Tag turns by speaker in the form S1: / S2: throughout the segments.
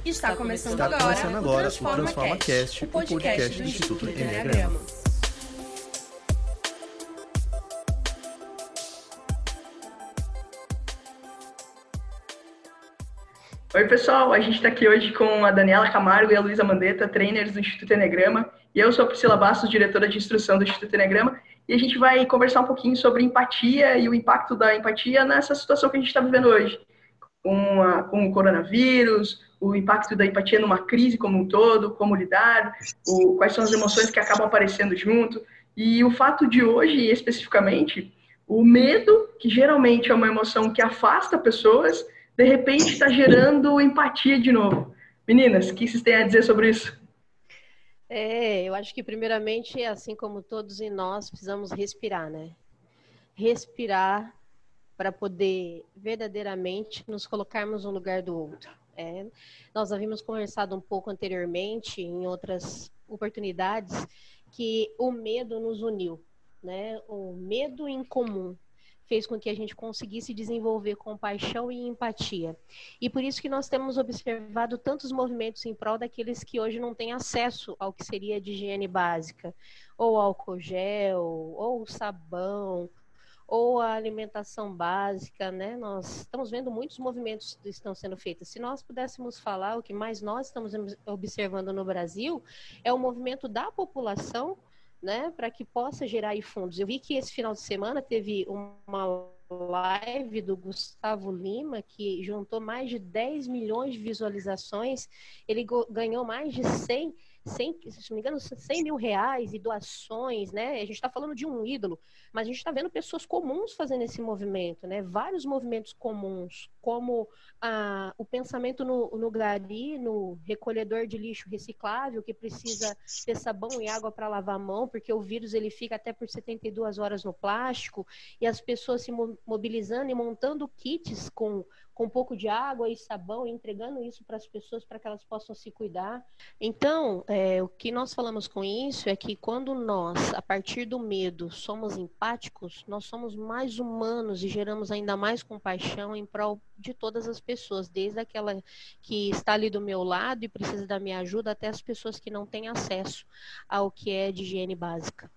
S1: Está começando agora o Transforma Cast, o podcast do Instituto Enneagrama.
S2: Oi pessoal, a gente está aqui hoje com a Daniela Camargo e a Luísa Mandetta, trainers do Instituto Enneagrama, e eu sou a Priscila Bastos, diretora de instrução do Instituto Enneagrama, e a gente vai conversar um pouquinho sobre empatia e o impacto da empatia nessa situação que a gente está vivendo hoje, com o coronavírus, o impacto da empatia numa crise como um todo, como lidar, quais são as emoções que acabam aparecendo junto, e o fato de hoje, especificamente, o medo, que geralmente é uma emoção que afasta pessoas, de repente está gerando empatia de novo. Meninas, o que vocês têm a dizer sobre isso?
S3: Eu acho que primeiramente, assim como todos nós, precisamos respirar, né? Respirar para poder verdadeiramente nos colocarmos no lugar do outro. Nós havíamos conversado um pouco anteriormente, em outras oportunidades, que o medo nos uniu, né? O medo em comum fez com que a gente conseguisse desenvolver compaixão e empatia. E por isso que nós temos observado tantos movimentos em prol daqueles que hoje não têm acesso ao que seria de higiene básica, ou álcool gel, ou sabão, ou a alimentação básica, né? Nós estamos vendo muitos movimentos que estão sendo feitos. Se nós pudéssemos falar, o que mais nós estamos observando no Brasil é o movimento da população, né, para que possa gerar aí fundos. Eu vi que esse final de semana teve uma live do Gustavo Lima, que juntou mais de 10 milhões de visualizações. Ele ganhou mais de 100, se não me engano, 100 mil reais e doações, né? A gente está falando de um ídolo, mas a gente está vendo pessoas comuns fazendo esse movimento, né? Vários movimentos comuns, como o pensamento no gari, no recolhedor de lixo reciclável, que precisa ter sabão e água para lavar a mão, porque o vírus ele fica até por 72 horas no plástico, e as pessoas se mobilizando e montando kits com um pouco de água e sabão, e entregando isso para as pessoas para que elas possam se cuidar. Então, o que nós falamos com isso é que quando nós, a partir do medo, somos empáticos, nós somos mais humanos e geramos ainda mais compaixão em prol de todas as pessoas, desde aquela que está ali do meu lado e precisa da minha ajuda, até as pessoas que não têm acesso ao que é de higiene básica.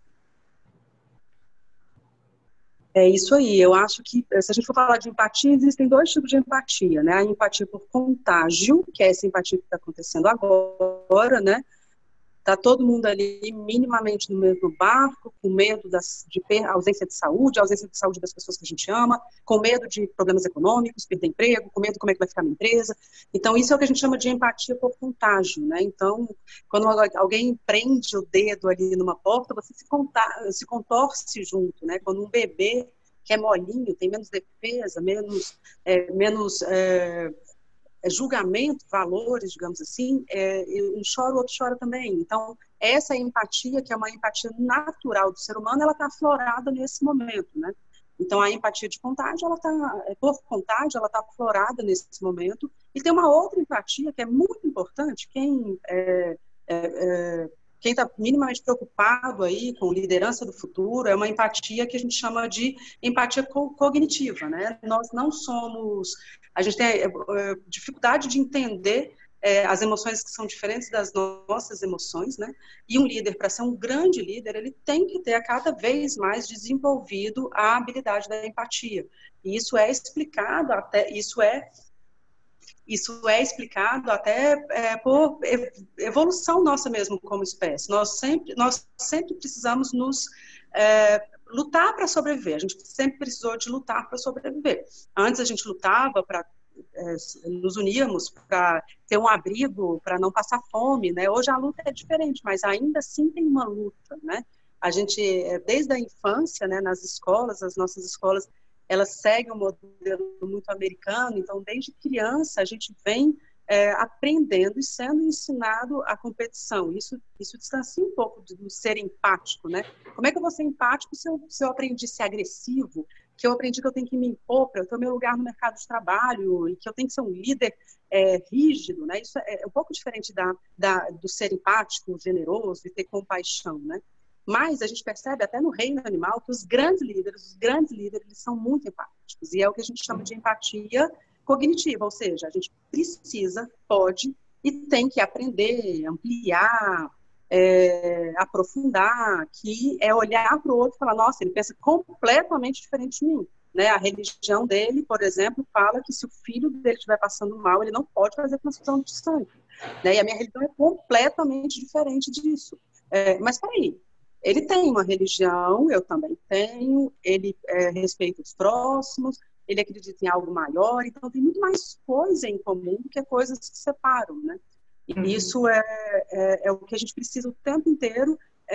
S4: É isso aí, eu acho que, se a gente for falar de empatia, existem dois tipos de empatia, né? A empatia por contágio, que é essa empatia que está acontecendo agora, né? Tá todo mundo ali minimamente no mesmo barco, com medo de ausência de saúde das pessoas que a gente ama, com medo de problemas econômicos, perder emprego, com medo de como é que vai ficar a minha empresa. Então, isso é o que a gente chama de empatia por contágio, né? Então, quando alguém prende o dedo ali numa porta, você se contorce junto, né? Quando um bebê que é molinho, tem menos defesa, menos julgamento, valores, digamos assim, um chora, o outro chora também. Então, essa empatia, que é uma empatia natural do ser humano, ela está aflorada nesse momento, né? Então, a empatia de contágio, por contágio, ela está aflorada nesse momento. E tem uma outra empatia que é muito importante, quem está minimamente preocupado aí com liderança do futuro, é uma empatia que a gente chama de empatia cognitiva, né? Nós não somos... A gente tem dificuldade de entender as emoções que são diferentes das nossas emoções, né? E um líder, para ser um grande líder, ele tem que ter a cada vez mais desenvolvido a habilidade da empatia. E isso é explicado por evolução nossa mesmo como espécie. Nós sempre precisamos lutar para sobreviver. A gente sempre precisou de lutar para sobreviver. Antes a gente lutava nos uníamos para ter um abrigo, para não passar fome, né? Hoje a luta é diferente, mas ainda assim tem uma luta, né? A gente, desde a infância, né, nas escolas, as nossas escolas, elas seguem um modelo muito americano, então desde criança a gente vem aprendendo e sendo ensinado a competição. Isso distancia um pouco do ser empático, né? Como é que eu vou ser empático se eu aprendi a ser agressivo, que eu aprendi que eu tenho que me impor para eu ter o meu lugar no mercado de trabalho e que eu tenho que ser um líder rígido, né? Isso é um pouco diferente do ser empático, generoso e ter compaixão, né? Mas a gente percebe até no reino animal que os grandes líderes, eles são muito empáticos. E é o que a gente chama de empatia cognitiva, ou seja, a gente pode e tem que aprender, ampliar, aprofundar, que é olhar para o outro e falar, nossa, ele pensa completamente diferente de mim. Né? A religião dele, por exemplo, fala que se o filho dele estiver passando mal, ele não pode fazer transfusão de sangue. Né? E a minha religião é completamente diferente disso. Mas peraí, ele tem uma religião, eu também tenho, ele respeita os próximos, ele acredita em algo maior, então tem muito mais coisa em comum do que coisas que separam, né? E isso é o que a gente precisa o tempo inteiro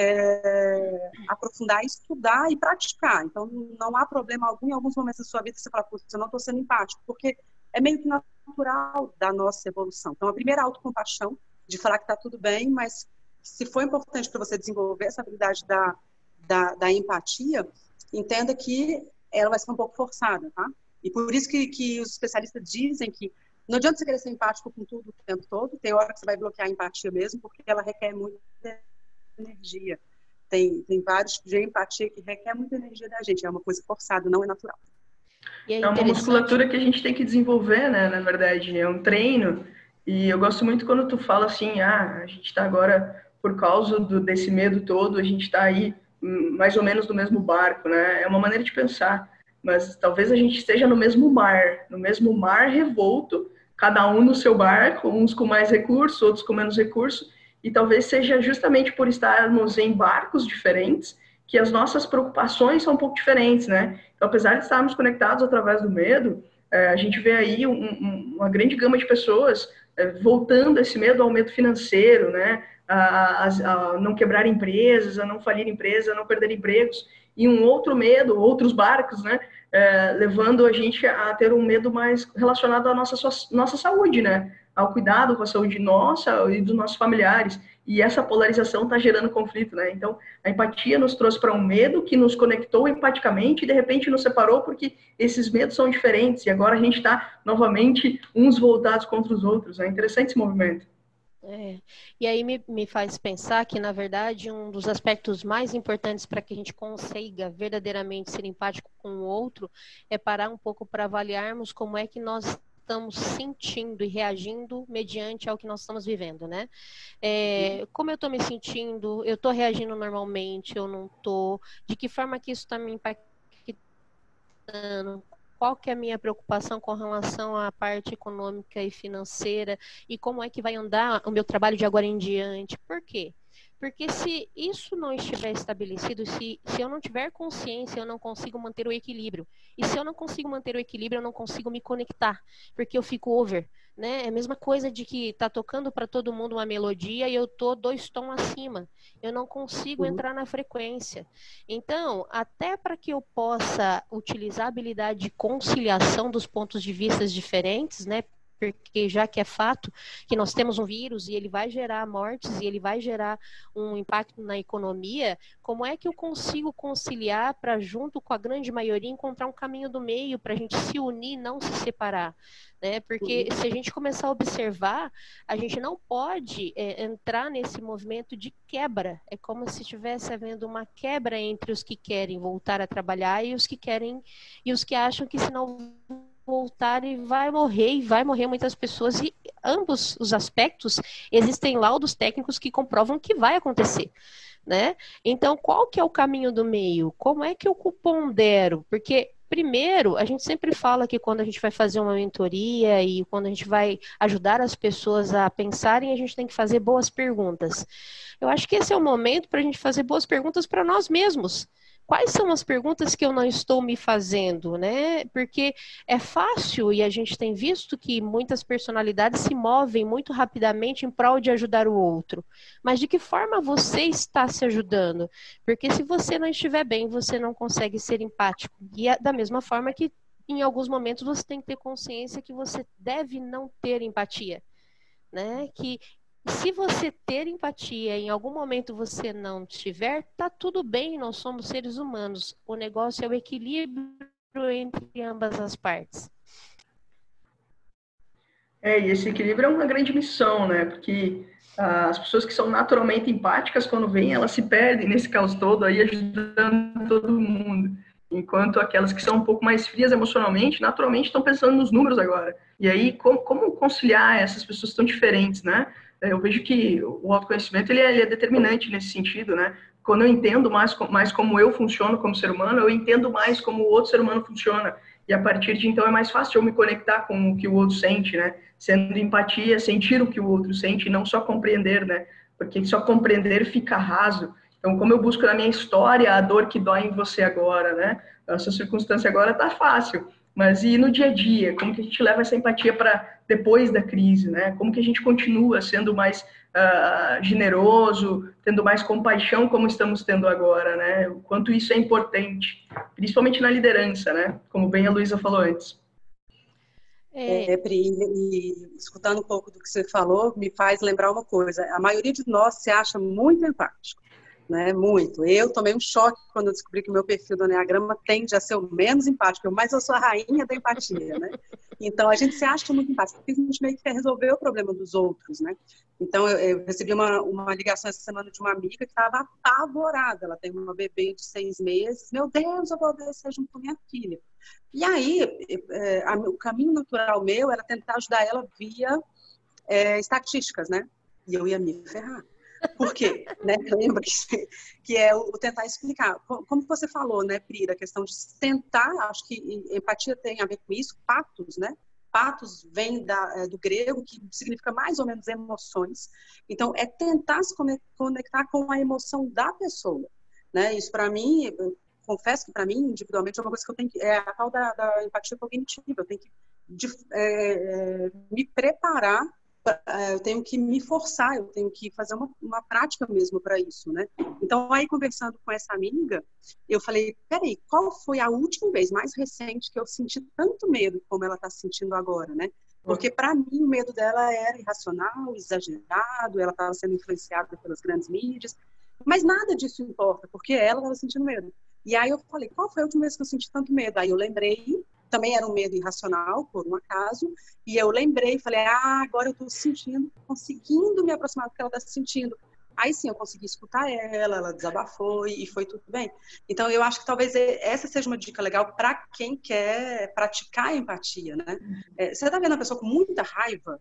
S4: aprofundar, estudar e praticar. Então não há problema algum em alguns momentos da sua vida você fala, putz, eu não estou sendo empático, porque é meio que natural da nossa evolução. Então a primeira autocompaixão, de falar que está tudo bem, mas se for importante para você desenvolver essa habilidade da empatia, entenda que ela vai ser um pouco forçada, tá? E por isso que os especialistas dizem que não adianta você querer ser empático com tudo o tempo todo, tem hora que você vai bloquear a empatia mesmo, porque ela requer muita energia. Tem vários tipos de empatia que requer muita energia da gente, é uma coisa forçada, não é natural.
S2: É uma musculatura que a gente tem que desenvolver, né? Na verdade, é um treino, e eu gosto muito quando tu fala assim, a gente está agora, por causa desse medo todo, a gente está aí mais ou menos no mesmo barco, né? É uma maneira de pensar. Mas talvez a gente esteja no mesmo mar revolto, cada um no seu barco, uns com mais recursos, outros com menos recursos, e talvez seja justamente por estarmos em barcos diferentes que as nossas preocupações são um pouco diferentes, né? Então, apesar de estarmos conectados através do medo, a gente vê aí uma grande gama de pessoas voltando esse medo ao medo financeiro, né? A não quebrar empresas, a não falir empresas, a não perder empregos, e um outro medo, outros barcos, né? Levando a gente a ter um medo mais relacionado à nossa saúde, né? Ao cuidado com a saúde nossa e dos nossos familiares. E essa polarização está gerando conflito, né? Então, a empatia nos trouxe para um medo que nos conectou empaticamente e, de repente, nos separou porque esses medos são diferentes. E agora a gente está, novamente, uns voltados contra os outros. É interessante esse movimento.
S3: E aí me faz pensar que, na verdade, um dos aspectos mais importantes para que a gente consiga verdadeiramente ser empático com o outro é parar um pouco para avaliarmos como é que nós estamos sentindo e reagindo mediante ao que nós estamos vivendo, né? Como eu estou me sentindo, eu estou reagindo normalmente, eu não estou, de que forma que isso está me impactando, qual que é a minha preocupação com relação à parte econômica e financeira e como é que vai andar o meu trabalho de agora em diante. Por quê? Porque se isso não estiver estabelecido, se eu não tiver consciência, eu não consigo manter o equilíbrio. E se eu não consigo manter o equilíbrio, eu não consigo me conectar, porque eu fico over, né? É a mesma coisa de que tá tocando para todo mundo uma melodia e eu tô 2 tons acima. Eu não consigo entrar na frequência. Então, até para que eu possa utilizar a habilidade de conciliação dos pontos de vista diferentes, né? Porque já que é fato que nós temos um vírus e ele vai gerar mortes e ele vai gerar um impacto na economia, como é que eu consigo conciliar para, junto com a grande maioria, encontrar um caminho do meio para a gente se unir e não se separar? Né? Porque se a gente começar a observar, a gente não pode entrar nesse movimento de quebra. É como se estivesse havendo uma quebra entre os que querem voltar a trabalhar e os que querem e os que acham que se não voltar e vai morrer muitas pessoas, e ambos os aspectos existem laudos técnicos que comprovam que vai acontecer, né? Então, qual que é o caminho do meio? Como é que eu pondero? Porque primeiro, a gente sempre fala que quando a gente vai fazer uma mentoria e quando a gente vai ajudar as pessoas a pensarem, a gente tem que fazer boas perguntas. Eu acho que esse é o momento para a gente fazer boas perguntas para nós mesmos. Quais são as perguntas que eu não estou me fazendo, né? Porque é fácil, e a gente tem visto que muitas personalidades se movem muito rapidamente em prol de ajudar o outro. Mas de que forma você está se ajudando? Porque se você não estiver bem, você não consegue ser empático. E é da mesma forma que, em alguns momentos, você tem que ter consciência que você deve não ter empatia, né? Que se você ter empatia, em algum momento você não tiver, tá tudo bem, nós somos seres humanos. O negócio é o equilíbrio entre ambas as partes.
S2: E esse equilíbrio é uma grande missão, né? Porque as pessoas que são naturalmente empáticas, quando vêm, elas se perdem nesse caos todo, aí ajudando todo mundo. Enquanto aquelas que são um pouco mais frias emocionalmente, naturalmente estão pensando nos números agora. E aí, como conciliar essas pessoas tão diferentes, né? Eu vejo que o autoconhecimento ele é determinante nesse sentido, né? Quando eu entendo mais como eu funciono como ser humano, eu entendo mais como o outro ser humano funciona. E a partir de então é mais fácil eu me conectar com o que o outro sente, né? Sendo empatia, sentir o que o outro sente e não só compreender, né? Porque só compreender fica raso. Então, como eu busco na minha história a dor que dói em você agora, né? A sua circunstância agora tá fácil, mas e no dia a dia? Como que a gente leva essa empatia para depois da crise, né? Como que a gente continua sendo mais generoso, tendo mais compaixão como estamos tendo agora, né? O quanto isso é importante, principalmente na liderança, né? Como bem a Luísa falou antes.
S4: Pri, e escutando um pouco do que você falou, me faz lembrar uma coisa. A maioria de nós se acha muito empático, né? Muito. Eu tomei um choque quando eu descobri que o meu perfil do Enneagrama tende a ser o menos empático, mas eu sou a rainha da empatia, né? Então, a gente se acha muito empático, porque a gente meio que quer resolver o problema dos outros, né? Então, eu recebi uma ligação essa semana de uma amiga que estava apavorada. Ela tem uma bebê de 6 meses. Meu Deus, eu vou adoecer junto com minha filha. E aí, o caminho natural meu era tentar ajudar ela via estatísticas, né? E eu ia me ferrar. Por quê? Né? Lembra que é o tentar explicar. Como você falou, né, Pri, a questão de tentar, acho que empatia tem a ver com isso, patos, né? Patos vem do grego, que significa mais ou menos emoções. Então, é tentar se conectar com a emoção da pessoa, né? Isso, para mim, eu confesso que para mim, individualmente, é uma coisa que eu tenho que... É a tal da empatia cognitiva. Eu tenho que me preparar, eu tenho que me forçar, eu tenho que fazer uma prática mesmo para isso, né? Então, aí, conversando com essa amiga, eu falei, peraí, qual foi a última vez mais recente que eu senti tanto medo como ela está sentindo agora, né? Porque, para mim, o medo dela era irracional, exagerado, ela estava sendo influenciada pelas grandes mídias, mas nada disso importa, porque ela estava sentindo medo. E aí eu falei, qual foi a última vez que eu senti tanto medo? Aí eu lembrei, também era um medo irracional, por um acaso, e eu lembrei, falei, agora eu estou sentindo, conseguindo me aproximar do que ela está sentindo. Aí sim, eu consegui escutar ela desabafou e foi tudo bem. Então, eu acho que talvez essa seja uma dica legal para quem quer praticar a empatia, né? Você está vendo a pessoa com muita raiva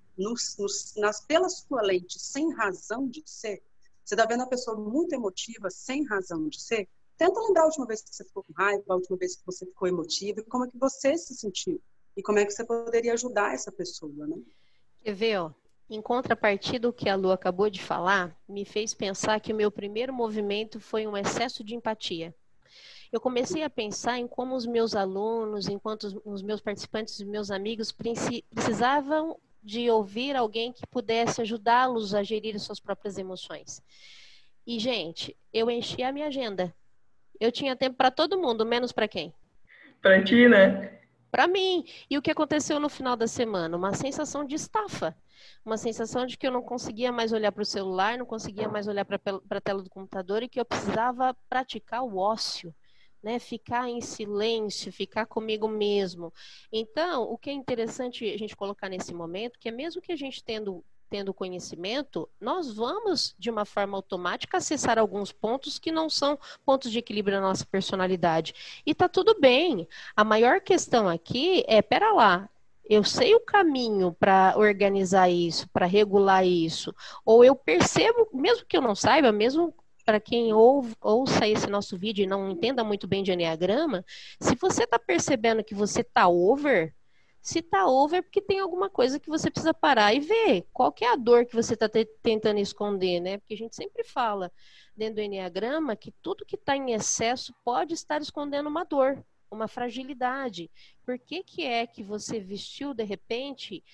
S4: pela sua lente, sem razão de ser? Você está vendo a pessoa muito emotiva, sem razão de ser? Tenta lembrar a última vez que você ficou com raiva, a última vez que você ficou emotiva, e como é que você se sentiu. E como é que você poderia ajudar essa pessoa, né?
S3: Quer ver, ó? Em contrapartida, o que a Lu acabou de falar, me fez pensar que o meu primeiro movimento foi um excesso de empatia. Eu comecei a pensar em como os meus alunos, enquanto os meus participantes, os meus amigos precisavam de ouvir alguém que pudesse ajudá-los a gerir suas próprias emoções. E, gente, eu enchi a minha agenda. Eu tinha tempo para todo mundo, menos para quem?
S2: Para ti, né?
S3: Para mim. E o que aconteceu no final da semana? Uma sensação de estafa. Uma sensação de que eu não conseguia mais olhar para o celular, não conseguia mais olhar para a tela do computador e que eu precisava praticar o ócio, né? Ficar em silêncio, ficar comigo mesmo. Então, o que é interessante a gente colocar nesse momento, que é mesmo que a gente tendo conhecimento, nós vamos, de uma forma automática, acessar alguns pontos que não são pontos de equilíbrio na nossa personalidade. E tá tudo bem. A maior questão aqui pera lá, eu sei o caminho para organizar isso, para regular isso, ou eu percebo, mesmo que eu não saiba, mesmo para quem ouça esse nosso vídeo e não entenda muito bem de Enneagrama, se você está percebendo que você está over, se está over é porque tem alguma coisa que você precisa parar e ver. Qual que é a dor que você está tentando esconder, né? Porque a gente sempre fala dentro do Enneagrama que tudo que está em excesso pode estar escondendo uma dor, uma fragilidade. Por que é que você vestiu, de repente,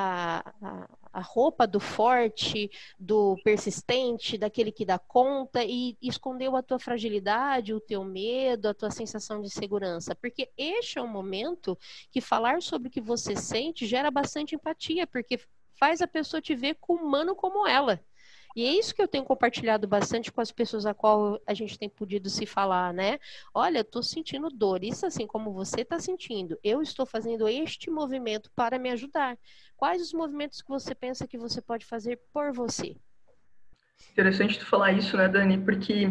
S3: a roupa do forte, do persistente, daquele que dá conta e escondeu a tua fragilidade, o teu medo, a tua sensação de segurança? Porque este é um momento que falar sobre o que você sente gera bastante empatia, porque faz a pessoa te ver humano como ela. E é isso que eu tenho compartilhado bastante com as pessoas a qual a gente tem podido se falar, né? Olha, eu estou sentindo dor, isso assim como você está sentindo. Eu estou fazendo este movimento para me ajudar. Quais os movimentos que você pensa que você pode fazer por você?
S2: Interessante tu falar isso, né, Dani? Porque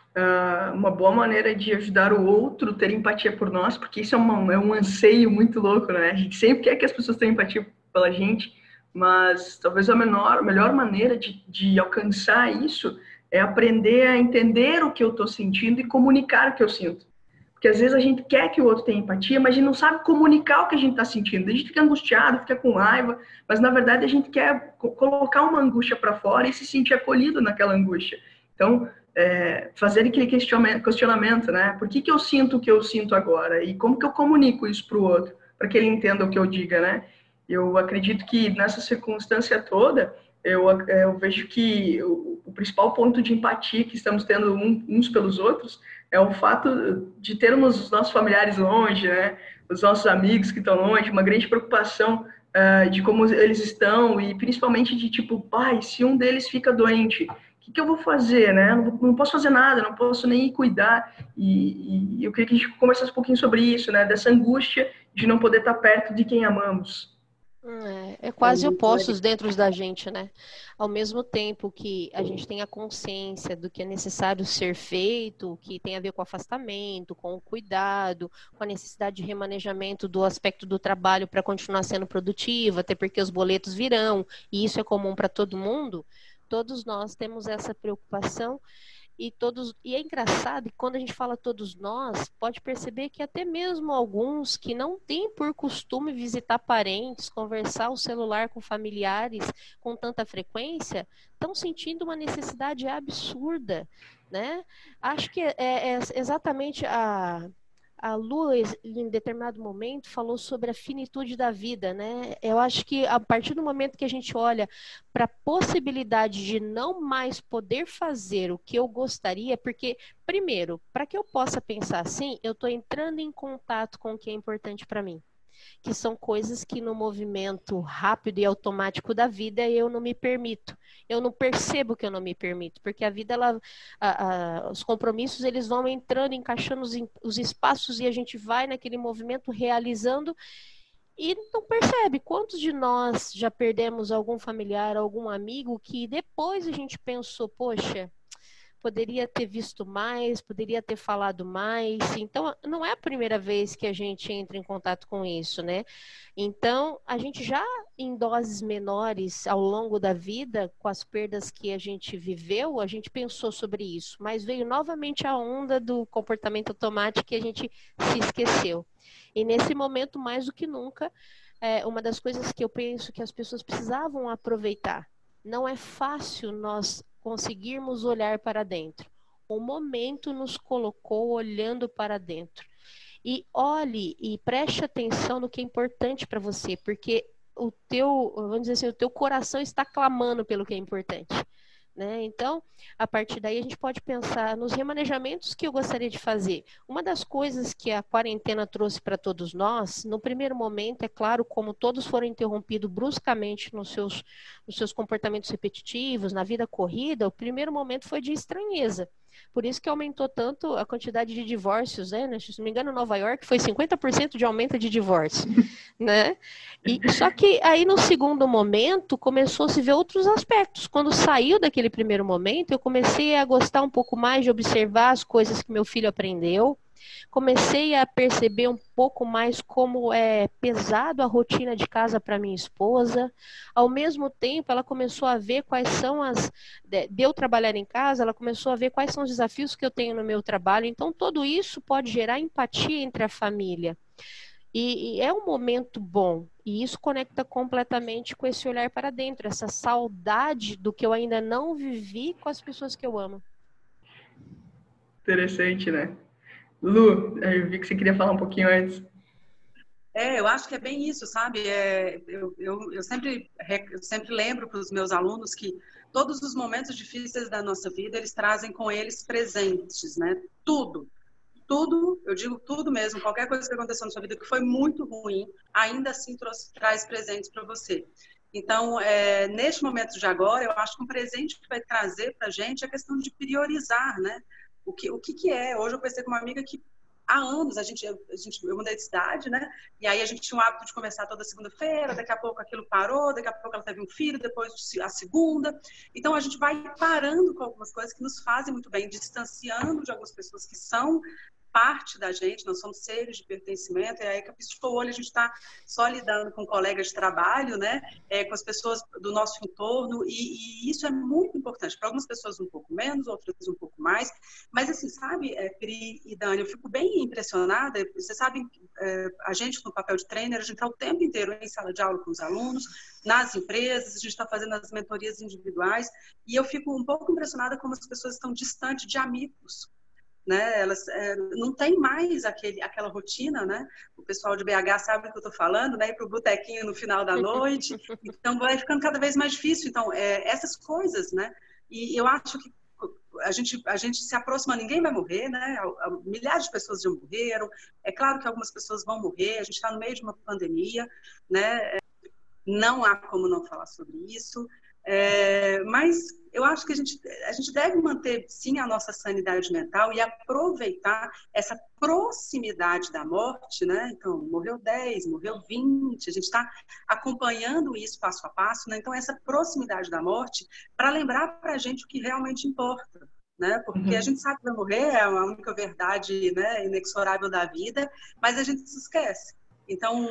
S2: uma boa maneira de ajudar o outro, ter empatia por nós, porque isso é um anseio muito louco, né? A gente sempre quer que as pessoas tenham empatia pela gente, mas talvez a melhor maneira de alcançar isso é aprender a entender o que eu estou sentindo e comunicar o que eu sinto. Porque às vezes a gente quer que o outro tenha empatia, mas a gente não sabe comunicar o que a gente está sentindo. A gente fica angustiado, fica com raiva, mas na verdade a gente quer colocar uma angústia para fora e se sentir acolhido naquela angústia. Então, fazer aquele questionamento, né? Por que eu sinto o que eu sinto agora? E como que eu comunico isso para o outro? Para que ele entenda o que eu diga, né? Eu acredito que nessa circunstância toda, eu vejo que o principal ponto de empatia que estamos tendo uns pelos outros é o fato de termos os nossos familiares longe, né? Os nossos amigos que estão longe, uma grande preocupação de como eles estão e principalmente de tipo, pai, se um deles fica doente, o que eu vou fazer, né? Não posso fazer nada, não posso nem cuidar. E eu queria que a gente conversasse um pouquinho sobre isso, né? Dessa angústia de não poder estar perto de quem amamos.
S3: É quase opostos dentro da gente, né? Ao mesmo tempo que a gente tem a consciência do que é necessário ser feito, que tem a ver com o afastamento, com o cuidado, com a necessidade de remanejamento do aspecto do trabalho para continuar sendo produtiva, até porque os boletos virão, e isso é comum para todo mundo. Todos nós temos essa preocupação e é engraçado que quando a gente fala todos nós, pode perceber que até mesmo alguns que não têm por costume visitar parentes, conversar ao celular com familiares com tanta frequência, estão sentindo uma necessidade absurda, né? Acho que é exatamente a Lu, em determinado momento, falou sobre a finitude da vida, né? Eu acho que a partir do momento que a gente olha para a possibilidade de não mais poder fazer o que eu gostaria, porque, primeiro, para que eu possa pensar assim, eu estou entrando em contato com o que é importante para mim, que são coisas que no movimento rápido e automático da vida eu não me permito. Eu não percebo que eu não me permito, porque a vida, os compromissos, eles vão entrando, encaixando os espaços e a gente vai naquele movimento realizando e não percebe. Quantos de nós já perdemos algum familiar, algum amigo que depois a gente pensou, poxa, poderia ter visto mais, poderia ter falado mais. Então, não é a primeira vez que a gente entra em contato com isso, né? Então, a gente já em doses menores ao longo da vida, com as perdas que a gente viveu, a gente pensou sobre isso. Mas veio novamente a onda do comportamento automático e a gente se esqueceu. E nesse momento, mais do que nunca, uma das coisas que eu penso que as pessoas precisavam aproveitar. Não é fácil nós conseguirmos olhar para dentro. O momento nos colocou olhando para dentro. E olhe e preste atenção no que é importante para você, porque vamos dizer assim, o teu coração está clamando pelo que é importante. Né? Então, a partir daí a gente pode pensar nos remanejamentos que eu gostaria de fazer. Uma das coisas que a quarentena trouxe para todos nós, no primeiro momento, é claro, como todos foram interrompidos bruscamente nos seus comportamentos repetitivos, na vida corrida, o primeiro momento foi de estranheza. Por isso que aumentou tanto a quantidade de divórcios, né? Se não me engano, Nova York foi 50% de aumento de divórcio, né? Só que aí no segundo momento começou a se ver outros aspectos. Quando saiu daquele primeiro momento, eu comecei a gostar um pouco mais de observar as coisas que meu filho aprendeu. Comecei a perceber um pouco mais como é pesado a rotina de casa para minha esposa. Ao mesmo tempo, ela começou a ver quais são de eu trabalhar em casa, ela começou a ver quais são os desafios que eu tenho no meu trabalho. Então, tudo isso pode gerar empatia entre a família. E é um momento bom. E isso conecta completamente com esse olhar para dentro, essa saudade do que eu ainda não vivi com as pessoas que eu amo.
S2: Interessante, né? Lu, eu vi que você queria falar um pouquinho antes.
S4: Eu acho que é bem isso, sabe? Eu sempre lembro para os meus alunos que todos os momentos difíceis da nossa vida, eles trazem com eles presentes, né? Tudo, eu digo tudo mesmo, qualquer coisa que aconteceu na sua vida que foi muito ruim, ainda assim traz presentes para você. Então, neste momento de agora, eu acho que um presente que vai trazer para a gente é a questão de priorizar, né? O que é? Hoje eu conversei com uma amiga que há anos, eu mudei de cidade, né? E aí a gente tinha o hábito de conversar toda segunda-feira, daqui a pouco aquilo parou, daqui a pouco ela teve um filho, depois a segunda. Então a gente vai parando com algumas coisas que nos fazem muito bem, distanciando de algumas pessoas que são parte da gente, nós somos seres de pertencimento, e aí que a piscou o olho, a gente está só lidando com colegas de trabalho, né, com as pessoas do nosso entorno, e isso é muito importante. Para algumas pessoas um pouco menos, outras um pouco mais, mas assim, sabe, Pri e Dani, eu fico bem impressionada, vocês sabem, a gente no papel de trainer, a gente está o tempo inteiro em sala de aula com os alunos, nas empresas, a gente está fazendo as mentorias individuais, e eu fico um pouco impressionada como as pessoas estão distantes de amigos, né? Elas não tem mais aquela rotina, né? O pessoal de BH sabe do que eu estou falando, né? Ir para o botequinho no final da noite, então vai ficando cada vez mais difícil. Então, essas coisas, né? E eu acho que a gente se aproxima, ninguém vai morrer, né? Milhares de pessoas já morreram, é claro que algumas pessoas vão morrer, a gente está no meio de uma pandemia, né? Não há como não falar sobre isso. Mas eu acho que a gente deve manter, sim, a nossa sanidade mental e aproveitar essa proximidade da morte, né? Então, morreu 10, morreu 20, a gente está acompanhando isso passo a passo, né? Então, essa proximidade da morte para lembrar para a gente o que realmente importa, né? Porque a gente sabe que vai morrer, é a única verdade, né, inexorável da vida, mas a gente se esquece. Então,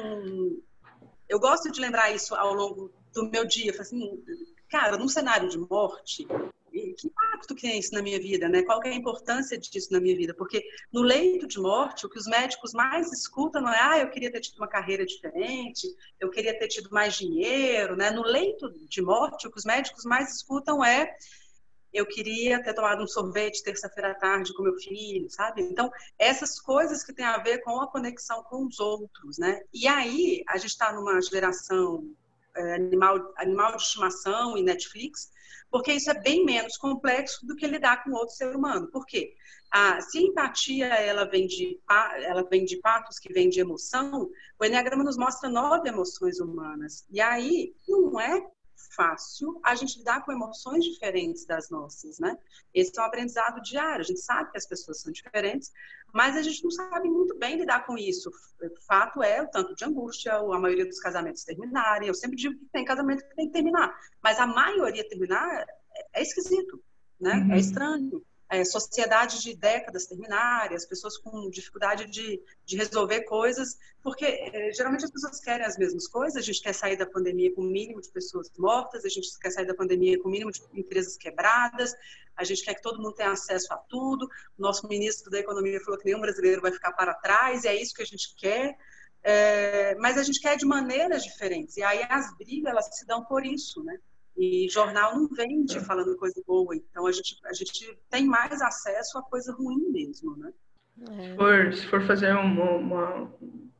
S4: eu gosto de lembrar isso ao longo do meu dia, assim, cara, num cenário de morte, que impacto que tem isso na minha vida, né? Qual que é a importância disso na minha vida? Porque no leito de morte, o que os médicos mais escutam não é eu queria ter tido uma carreira diferente, eu queria ter tido mais dinheiro, né? No leito de morte, o que os médicos mais escutam é eu queria ter tomado um sorvete terça-feira à tarde com meu filho, sabe? Então, essas coisas que têm a ver com a conexão com os outros, né? E aí, a gente está numa geração animal de estimação e Netflix, porque isso é bem menos complexo do que lidar com outro ser humano. Por quê? Se a empatia ela vem de patos, que vem de emoção, o Enneagrama nos mostra 9 emoções humanas. E aí não é fácil a gente lidar com emoções diferentes das nossas, né? Esse é um aprendizado diário. A gente sabe que as pessoas são diferentes, mas a gente não sabe muito bem lidar com isso. O fato é o tanto de angústia, a maioria dos casamentos terminarem. Eu sempre digo que tem casamento que tem que terminar, mas a maioria terminar é esquisito, né? É estranho. Sociedade de décadas terminarem, as pessoas com dificuldade de resolver coisas, porque geralmente as pessoas querem as mesmas coisas. A gente quer sair da pandemia com o mínimo de pessoas mortas, a gente quer sair da pandemia com o mínimo de empresas quebradas, a gente quer que todo mundo tenha acesso a tudo. O nosso ministro da Economia falou que nenhum brasileiro vai ficar para trás, e é isso que a gente quer. Mas a gente quer de maneiras diferentes, e aí as brigas elas se dão por isso, né? E jornal não vende falando coisa boa, então a gente tem mais acesso a coisa ruim mesmo, né?
S2: Se for fazer um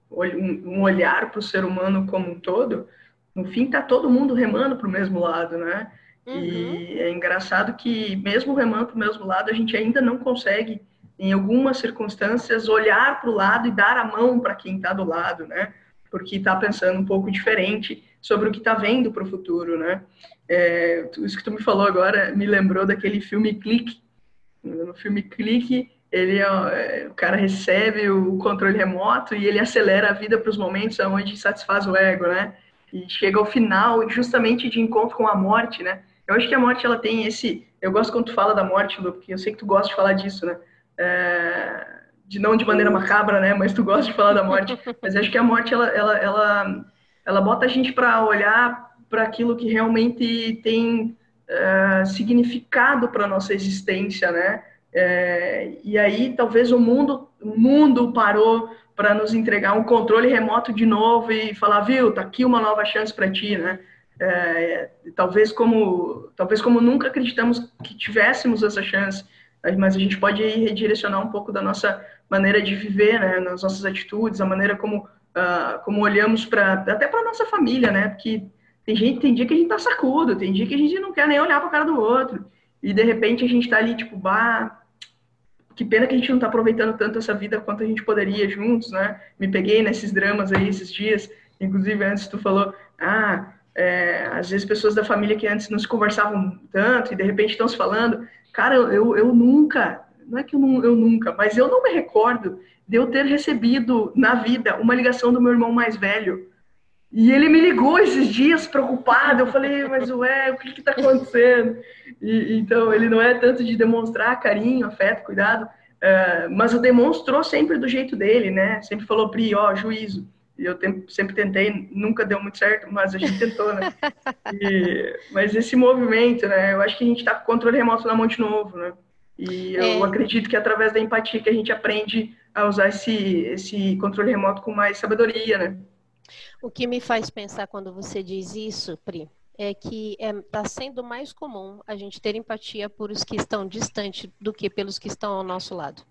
S2: olhar para o ser humano como um todo, no fim tá todo mundo remando para o mesmo lado, né? E é engraçado que mesmo remando para o mesmo lado, a gente ainda não consegue, em algumas circunstâncias, olhar para o lado e dar a mão para quem está do lado, né? Porque está pensando um pouco diferente sobre o que está vendo para o futuro, né? Isso que tu me falou agora me lembrou daquele filme Clique. No filme Clique, o cara recebe o controle remoto e ele acelera a vida para os momentos onde satisfaz o ego, né? E chega ao final, justamente de encontro com a morte, né? Eu acho que a morte, ela tem esse... Eu gosto quando tu fala da morte, Lu, porque eu sei que tu gosta de falar disso, né? Não de maneira macabra, né? Mas tu gosta de falar da morte. Mas eu acho que a morte, ela bota a gente para olhar para aquilo que realmente tem significado para a nossa existência, né? E aí, talvez o mundo parou para nos entregar um controle remoto de novo e falar, viu, tá aqui uma nova chance para ti, né? Talvez como nunca acreditamos que tivéssemos essa chance, mas a gente pode redirecionar um pouco da nossa maneira de viver, né? Nas nossas atitudes, a maneira como olhamos até para a nossa família, né? Porque tem dia que a gente tá sacudo, tem dia que a gente não quer nem olhar para a cara do outro, e de repente a gente tá ali tipo, que pena que a gente não tá aproveitando tanto essa vida quanto a gente poderia juntos, né? Me peguei nesses dramas aí esses dias, inclusive antes tu falou, às vezes pessoas da família que antes não se conversavam tanto e de repente estão se falando. Cara, eu nunca, não é que eu nunca, mas eu não me recordo de eu ter recebido na vida uma ligação do meu irmão mais velho. E ele me ligou esses dias preocupado. Eu falei, mas o que está acontecendo? Então, ele não é tanto de demonstrar carinho, afeto, cuidado, mas o demonstrou sempre do jeito dele, né? Sempre falou, Pri, juízo. E eu sempre tentei, nunca deu muito certo, mas a gente tentou, né? Mas esse movimento, né? Eu acho que a gente está com o controle remoto na mão de novo, né? E eu acredito que é através da empatia que a gente aprende a usar esse controle remoto com mais sabedoria, né?
S3: O que me faz pensar quando você diz isso, Pri, é que está sendo mais comum a gente ter empatia por os que estão distantes do que pelos que estão ao nosso lado.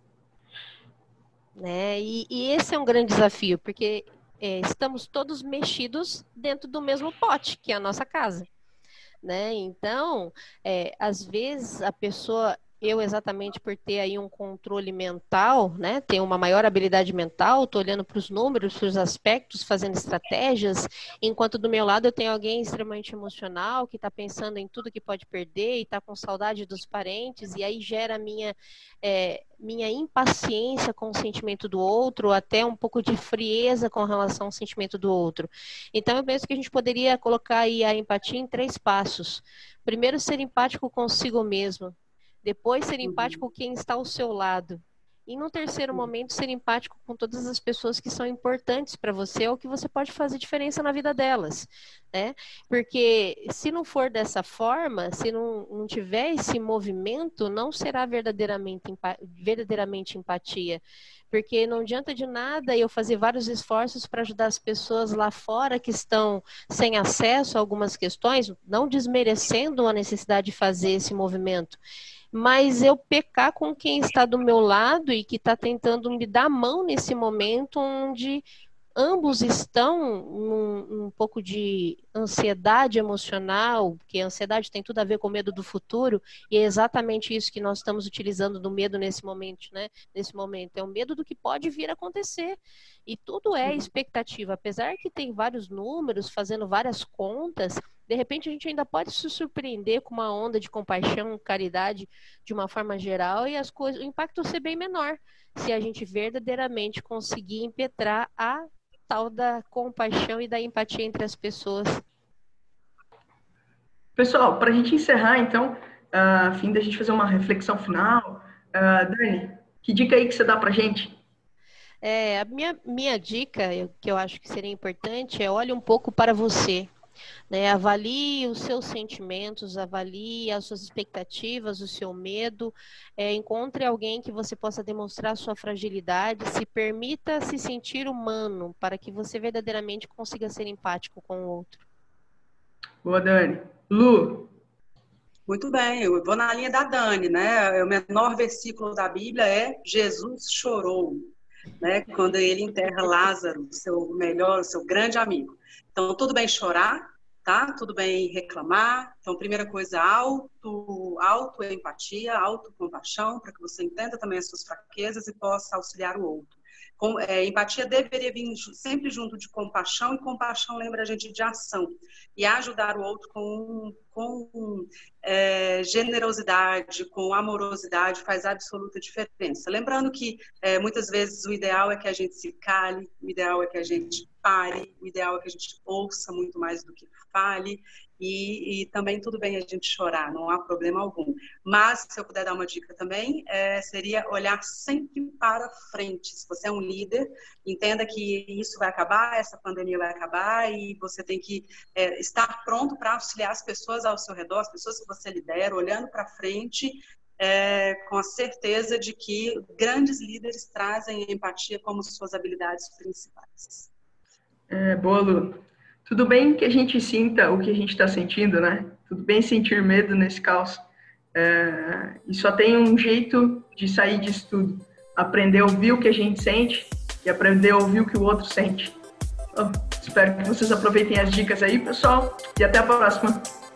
S3: Né? E esse é um grande desafio, porque estamos todos mexidos dentro do mesmo pote, que é a nossa casa. Né? Então, às vezes a pessoa... Eu, exatamente por ter aí um controle mental, né, ter uma maior habilidade mental, estou olhando para os números, para os aspectos, fazendo estratégias, enquanto do meu lado eu tenho alguém extremamente emocional, que está pensando em tudo que pode perder e está com saudade dos parentes, e aí gera minha impaciência com o sentimento do outro, até um pouco de frieza com relação ao sentimento do outro. Então, eu penso que a gente poderia colocar aí a empatia em 3 passos. Primeiro, ser empático consigo mesmo. Depois, ser empático com quem está ao seu lado. E, no terceiro momento, ser empático com todas as pessoas que são importantes para você ou que você pode fazer diferença na vida delas. Né? Porque, se não for dessa forma, se não tiver esse movimento, não será verdadeiramente empatia. Porque não adianta de nada eu fazer vários esforços para ajudar as pessoas lá fora que estão sem acesso a algumas questões, não desmerecendo a necessidade de fazer esse movimento. Mas eu pecar com quem está do meu lado e que está tentando me dar a mão nesse momento onde ambos estão num pouco de ansiedade emocional, porque a ansiedade tem tudo a ver com o medo do futuro, e é exatamente isso que nós estamos utilizando do medo nesse momento, né? Nesse momento, é o medo do que pode vir a acontecer. E tudo é expectativa, apesar que tem vários números, fazendo várias contas, de repente a gente ainda pode se surpreender com uma onda de compaixão, caridade, de uma forma geral, e o impacto ser bem menor, se a gente verdadeiramente conseguir impetrar a tal da compaixão e da empatia entre as pessoas.
S2: Pessoal, para a gente encerrar, então, a fim da gente fazer uma reflexão final, Dani, que dica aí que você dá para a gente?
S3: A minha dica, que eu acho que seria importante, olhe um pouco para você. Né? Avalie os seus sentimentos, avalie as suas expectativas, o seu medo, encontre alguém que você possa demonstrar sua fragilidade, se permita se sentir humano, para que você verdadeiramente consiga ser empático com o outro.
S2: Boa, Dani. Lu?
S4: Muito bem, eu vou na linha da Dani, né? O menor versículo da Bíblia é Jesus chorou, né? Quando ele enterra Lázaro, seu grande amigo. Então, tudo bem chorar, tá? Tudo bem reclamar. Então, primeira coisa, autoempatia, autocompaixão, para que você entenda também as suas fraquezas e possa auxiliar o outro. Empatia deveria vir sempre junto de compaixão, e compaixão lembra a gente de ação. E ajudar o outro com generosidade, com amorosidade, faz absoluta diferença. Lembrando que muitas vezes o ideal é que a gente se cale, o ideal é que a gente pare, o ideal é que a gente ouça muito mais do que fale, e também tudo bem a gente chorar, não há problema algum. Mas, se eu puder dar uma dica também, seria olhar sempre para frente. Se você é um líder, entenda que isso vai acabar, essa pandemia vai acabar, e você tem que estar pronto para auxiliar as pessoas ao seu redor, as pessoas que você lidera, olhando para frente, com a certeza de que grandes líderes trazem a empatia como suas habilidades principais.
S2: Boa, Lu. Tudo bem que a gente sinta o que a gente está sentindo, né? Tudo bem sentir medo nesse caos. E só tem um jeito de sair disso tudo. Aprender a ouvir o que a gente sente e aprender a ouvir o que o outro sente. Então, espero que vocês aproveitem as dicas aí, pessoal. E até a próxima.